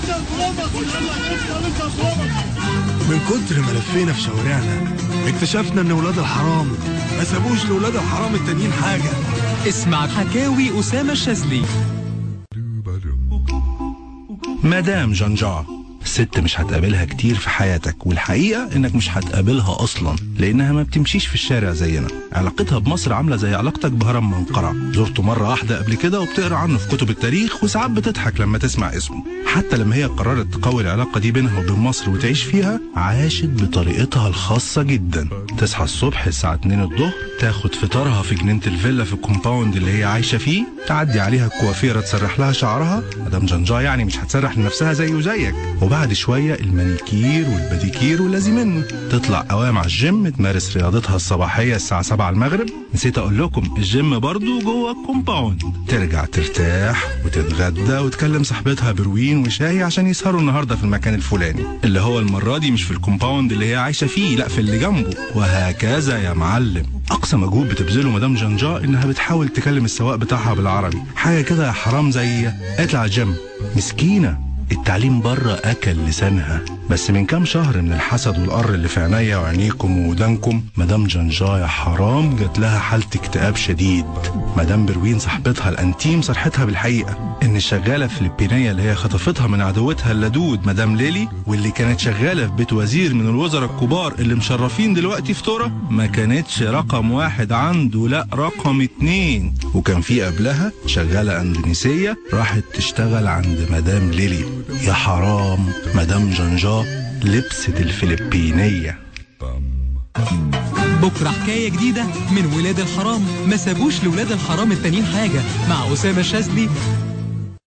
من كتر ما لفينا في شوارعنا اكتشفنا ان ولاد الحرام ما سابوش لولاد الحرام التانيين حاجة. اسمع حكاوي أسامة الشاذلي. مدام جنجا، ست مش هتقابلها كتير في حياتك، والحقيقة انك مش هتقابلها اصلا لانها ما بتمشيش في الشارع زينا. علاقتها بمصر عاملة زي علاقتك بهرم منقرع، زرته مرة واحدة قبل كده وبتقرا عنه في كتب التاريخ وساعات بتضحك لما تسمع اسمه. حتى لما هي قررت تقوي العلاقة دي بينها وبين مصر وتعيش فيها، عاشت بطريقتها الخاصة جدا. تصحى الصبح الساعة 2 الظهر، تاخد فطارها في جنينة الفيلا في الكومباوند اللي هي عايشة فيه، تعدي عليها الكوافيرة تسرح لها شعرها، مدام جنجا يعني مش هتسرح لنفسها زي وزيك، وبعد شوية المانيكير والباديكير واللازم منه، تطلع قوام على الجيم تمارس رياضتها الصباحية الساعة 7 المغرب. نسيت اقول لكم الجيم برضو جوه الكومباوند. ترجع ترتاح وتتغدى وتكلم صاحبتها بروين وشاهي عشان يسهروا النهارده في المكان الفلاني، اللي هو المرة دي مش في الكومباوند اللي هي عايشة فيه، لا في اللي جنبه، وهكذا يا معلم. اقصى مجهود بتبذله مدام جنجا انها بتحاول تكلم السواق بتاعها بالعربي، حاجة كده يا حرام زي اطلع الجيم. مسكينة التعليم بره اكل لسانها، بس من كام شهر من الحسد والقر اللي في عينيا وعينيكم وودانكم، مدام جنجا يا حرام جات لها حالة اكتئاب شديد. مدام بروين صاحبتها الانتيم صرحتها بالحقيقة ان الشغالة الفلبينية اللي هي خطفتها من عدوتها اللدود مدام ليلي، واللي كانت شغالة في بيت وزير من الوزراء الكبار اللي مشرفين دلوقتي في تورا، ما كانتش رقم واحد عنده، لا رقم 2. وكان في قبلها شغالة اندونيسية راحت تشتغل عند مدام ليلي. يا حرام مدام جنجا لبست الفلبينية. بكرة حكاية جديدة من ولاد الحرام ما سابوش لولاد الحرام التانيين حاجة، مع أسامة الشاذلي